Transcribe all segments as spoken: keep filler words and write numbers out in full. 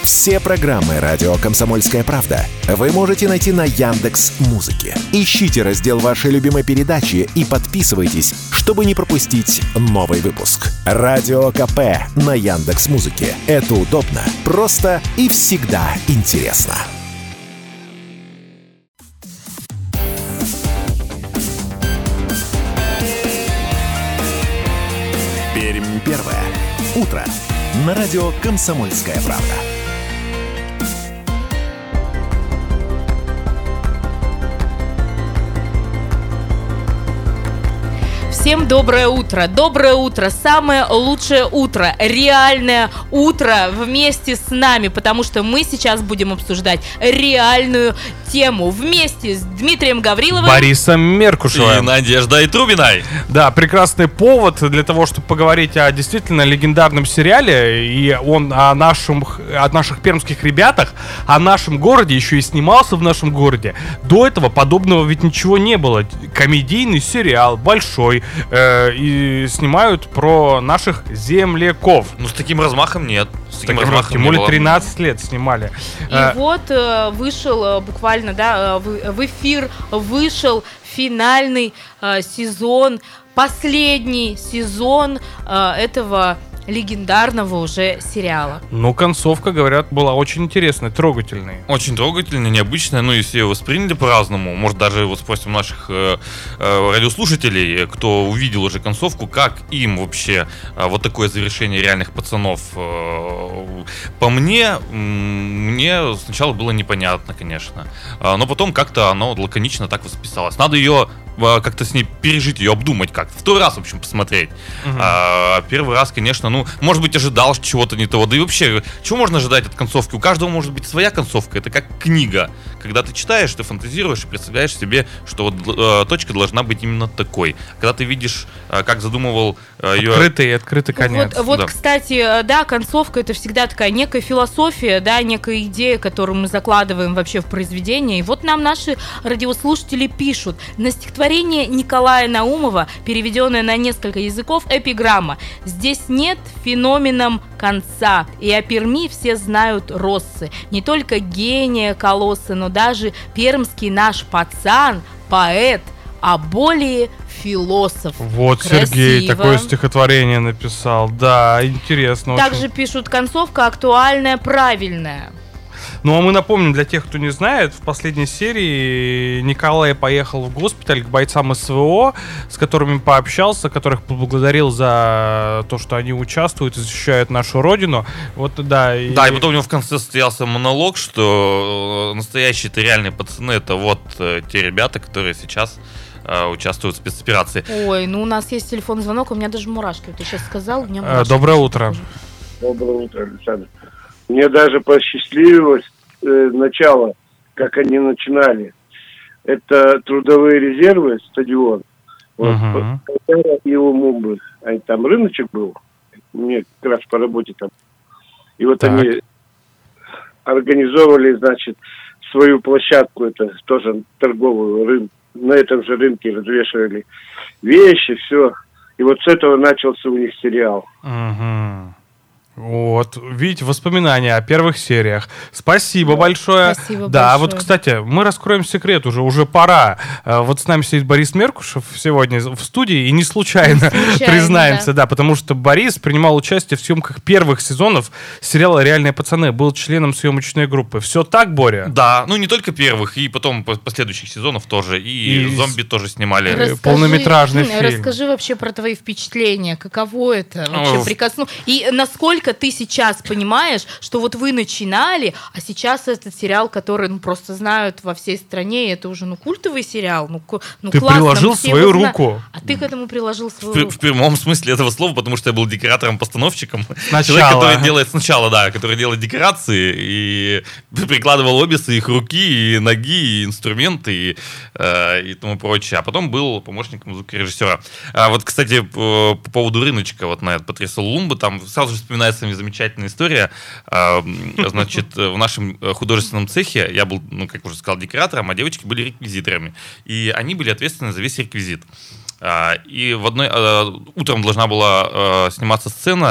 Все программы «Радио Комсомольская правда» вы можете найти на Яндекс.Музыке. Ищите раздел вашей любимой передачи и подписывайтесь, чтобы не пропустить новый выпуск. Радио КП на Яндекс.Музыке. Это удобно, просто и всегда интересно. Пермь первое. Утро. На радио «Комсомольская правда». Всем доброе утро. Доброе утро. Самое лучшее утро. Реальное утро вместе с нами, потому что мы сейчас будем обсуждать реальную тему вместе с Дмитрием Гавриловым, Борисом Меркушевым и Надеждой Трубиной. Да, прекрасный повод для того, чтобы поговорить о действительно легендарном сериале. И он о, нашем, о наших пермских ребятах, о нашем городе, еще и снимался в нашем городе. До этого подобного ведь ничего не было. Комедийный сериал, большой. И снимают про наших земляков. Ну, с таким размахом нет. С таким, таким размахом тем более тринадцать лет снимали. И а... вот э, вышел буквально, да, в, в эфир вышел финальный э, сезон, последний сезон э, этого легендарного уже сериала. Ну, концовка, говорят, была очень интересной, трогательной. Очень трогательной, необычной. Ну, и все ее восприняли по-разному. Может, даже вот спросим наших э, э, радиослушателей, кто увидел уже концовку, как им вообще э, вот такое завершение «Реальных пацанов». Э, по мне, мне сначала было непонятно, конечно. Э, но потом как-то оно лаконично так восписалось. Надо ее как-то с ней пережить, ее обдумать как-то. Второй раз, в общем, посмотреть. Uh-huh. А, первый раз, конечно, ну, может быть, ожидал чего-то не того. Да и вообще, чего можно ожидать от концовки? У каждого может быть своя концовка. Это как книга. Когда ты читаешь, ты фантазируешь и представляешь себе, что вот э, точка должна быть именно такой. Когда ты видишь, э, как задумывал э, ее... Открытый, открытый конец. Вот, вот да. Кстати, да, концовка — это всегда такая некая философия, да, некая идея, которую мы закладываем вообще в произведение. И вот нам наши радиослушатели пишут. На стихотворение Николая Наумова, переведенное на несколько языков, эпиграмма. Здесь нет феноменом конца, и о Перми все знают россы. Не только гения колоссы, но даже пермский наш пацан, поэт, а более философ. Вот Красиво. Сергей такое стихотворение написал. Да, интересно. Также очень. Пишут, концовка актуальная, правильная. Ну, а мы напомним, для тех, кто не знает, в последней серии Николай поехал в госпиталь к бойцам СВО, с которыми пообщался, которых поблагодарил за то, что они участвуют и защищают нашу родину. Вот, да. И... Да, и потом у него в конце состоялся монолог, что настоящие-то реальные пацаны — это вот те ребята, которые сейчас участвуют в спецоперации. Ой, ну у нас есть телефонный звонок, у меня даже мурашки. Ты сейчас сказал, у меня мурашки. Доброе утро. Доброе утро, Александр. Мне даже посчастливилось э, начало, как они начинали. Это трудовые резервы, стадион. Вот, uh-huh. его мумбы. А там рыночек был. Мне как раз по работе там. И вот так. Они организовывали, значит, свою площадку, это тоже торговую рынок. На этом же рынке развешивали вещи, все. И вот с этого начался у них сериал. Uh-huh. Вот, видите, воспоминания о первых сериях. Спасибо да, большое. Спасибо да, большое. Вот, кстати, мы раскроем секрет уже, уже пора. Вот с нами сидит Борис Меркушев сегодня в студии, и не случайно, не случайно признаемся, да. да, потому что Борис принимал участие в съемках первых сезонов сериала «Реальные пацаны», был членом съемочной группы. Все так, Боря? Да, ну не только первых, и потом последующих сезонов тоже, и, и «Зомби» тоже снимали. Расскажи, полнометражный фильм. Расскажи вообще про твои впечатления, каково это вообще прикоснуться, и насколько ты сейчас понимаешь, что вот вы начинали, а сейчас этот сериал, который ну, просто знают во всей стране, это уже ну культовый сериал, ну, ну ты классно, приложил свою руку. А ты к этому приложил свою в, руку. В прямом смысле этого слова, потому что я был декоратором-постановщиком. Сначала. Человек, который делает сначала, да, который делает декорации и прикладывал обе своих руки, и ноги, и инструменты, и, э, и тому прочее. А потом был помощником звукорежиссера. А вот, кстати, по, по поводу рыночка, вот на этот потрясал Лумбы, там сразу же вспоминается мне замечательная история. А, значит, в нашем художественном цехе я был, ну, как уже сказал, декоратором, а девочки были реквизиторами. И они были ответственны за весь реквизит. И в одной утром должна была сниматься сцена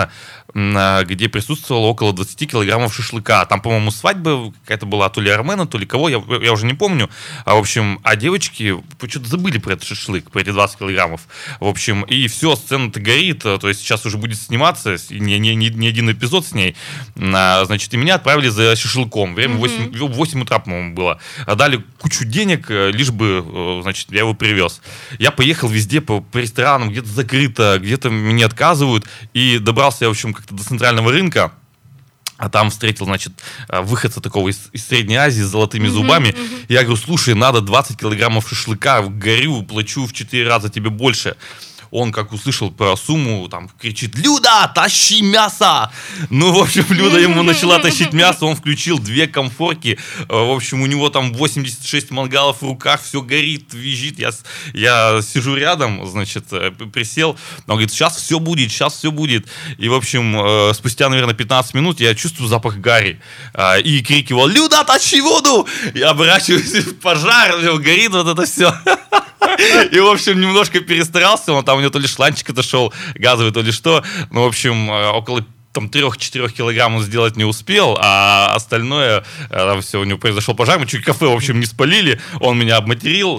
где присутствовало около двадцать килограммов шашлыка. Там, по-моему, свадьба какая-то была, то ли Армена, то ли кого, я, я уже не помню. А, в общем, а девочки что-то забыли про этот шашлык, про эти двадцать килограммов. В общем, и все, сцена-то горит, то есть сейчас уже будет сниматься не, не, не, не один эпизод с ней. А, значит, и меня отправили за шашлыком. Время восемь, восемь утра, по-моему, было. Дали кучу денег, лишь бы, значит, я его привез. Я поехал везде по, по ресторанам, где-то закрыто, где-то мне отказывают. И добрался я, в общем, как-то до центрального рынка. А там встретил, значит, выходца такого из, из Средней Азии с золотыми mm-hmm, зубами. Mm-hmm. Я говорю, слушай, надо двадцать килограммов шашлыка, горю, плачу в четыре раза тебе больше. Он, как услышал про сумму, там, кричит: «Люда, тащи мясо!» Ну, в общем, Люда ему начала тащить мясо, он включил две комфорки. В общем, у него там восемьдесят шесть мангалов в руках, все горит, визжит. Я, я сижу рядом, значит, присел. Он говорит: сейчас все будет, сейчас все будет. И, в общем, спустя, наверное, пятнадцать минут я чувствую запах гари. И крикивал: «Люда, тащи воду!» Я оборачиваюсь, пожар, горит вот это все. И, в общем, немножко перестарался, он там у него то ли шланчик отошел газовый, то ли что. Ну, в общем, около там трех-четырех килограмм он сделать не успел, а остальное, там все, у него произошел пожар, мы чуть кафе, в общем, не спалили, он меня обматерил.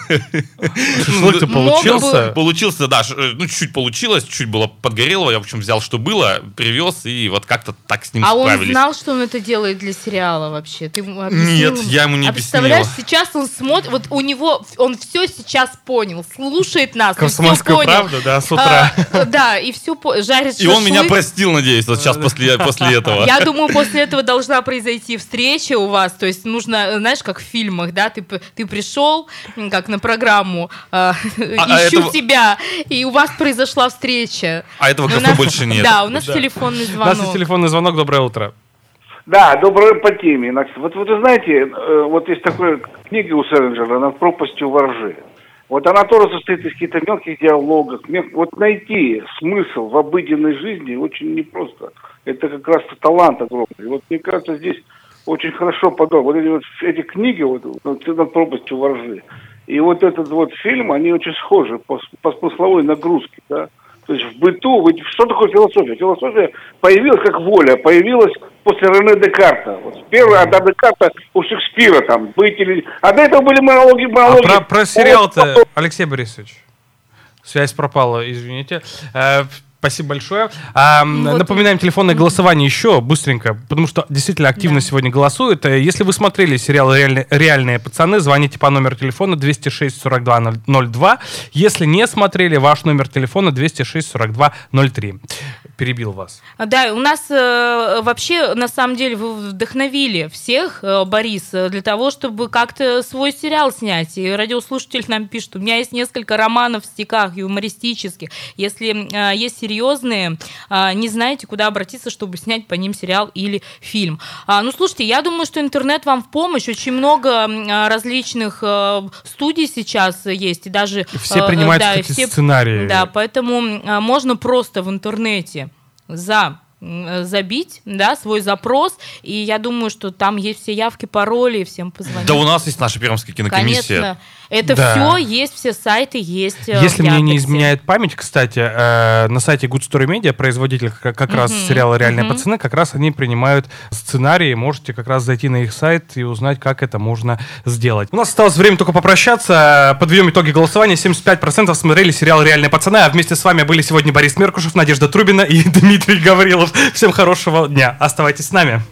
Шашлык-то получился? Получился, да, ну, чуть-чуть получилось, чуть было подгорело, я, в общем, взял, что было, привез, и вот как-то так с ним а справились. А он знал, что он это делает для сериала вообще? Ты ему объяснил? Нет, я ему не а объяснил. Представляешь, сейчас он смотрит, вот у него, он все сейчас понял, слушает нас, «Комсомольскую правду», да, с утра. А, да, и все, жарит шашлык. И он меня простил, надеюсь, вот сейчас после, после этого. Я думаю, после этого должна произойти встреча у вас, то есть нужно, знаешь, как в фильмах, да, ты, ты пришел, как на программу, э, а, ищу этого... тебя, и у вас произошла встреча. А этого кафе нас... больше нет. Да, у нас да. телефонный звонок. У нас есть телефонный звонок, доброе утро. Да, доброе по теме. Вот, вот вы знаете, вот есть такая книга у Селлинджера «Над пропастью во ржи». Вот она тоже состоит из каких-то мелких диалогов. Вот найти смысл в обыденной жизни очень непросто. Это как раз талант огромный. Вот мне кажется, здесь очень хорошо подобно. Вот эти, вот, эти книги вот, «Над пропастью во ржи» и вот этот вот фильм, они очень схожи по, по смысловой нагрузке, да. То есть в быту, что такое философия? Философия появилась как воля, появилась после Рене Декарта. Вот первая, до Декарта у Шекспира там быть или... А до этого были монологи, монологи. А про, про сериал-то, Алексей Борисович, связь пропала, извините. Спасибо большое. А, вот. Напоминаем, телефонное голосование еще быстренько, потому что действительно активно да. сегодня голосуют. Если вы смотрели сериал «Реальные, «Реальные пацаны», звоните по номеру телефона двести шесть сорок два ноль два. Если не смотрели, ваш номер телефона двести шесть сорок два ноль три. Перебил вас. Да, у нас э, вообще, на самом деле, вы вдохновили всех, э, Борис, для того, чтобы как-то свой сериал снять. И радиослушатель нам пишет: у меня есть несколько романов в стихах юмористических. Если э, есть серьезные, э, не знаете, куда обратиться, чтобы снять по ним сериал или фильм. А, ну, слушайте, я думаю, что интернет вам в помощь. Очень много э, различных э, студий сейчас есть. И даже, все принимают э, да, эти все, сценарии. Да, поэтому э, можно просто в интернете за забить, да, свой запрос, и я думаю, что там есть все явки, пароли, всем позвонить. Да, у нас есть наша пермская кинокомиссия. Конечно. Это да. все есть, все сайты есть. Если мне не изменяет память, кстати, э, на сайте Good Story Media, производитель как, как uh-huh. раз сериала «Реальные uh-huh. пацаны», как раз они принимают сценарии. Можете как раз зайти на их сайт и узнать, как это можно сделать. У нас осталось время только попрощаться. Подведем итоги голосования. семьдесят пять процентов смотрели сериал «Реальные пацаны», а вместе с вами были сегодня Борис Меркушев, Надежда Трубина и Дмитрий Гаврилов. Всем хорошего дня. Оставайтесь с нами.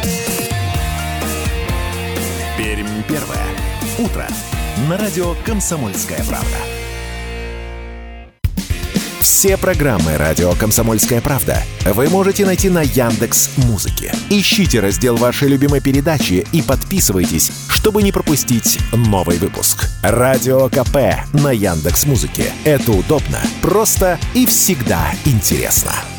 Пермь первое. Утро. На радио «Комсомольская правда». Все программы радио «Комсомольская правда» вы можете найти на Яндекс.Музыке. Ищите раздел вашей любимой передачи и подписывайтесь, чтобы не пропустить новый выпуск. Радио КП на Яндекс.Музыке. Это удобно, просто и всегда интересно.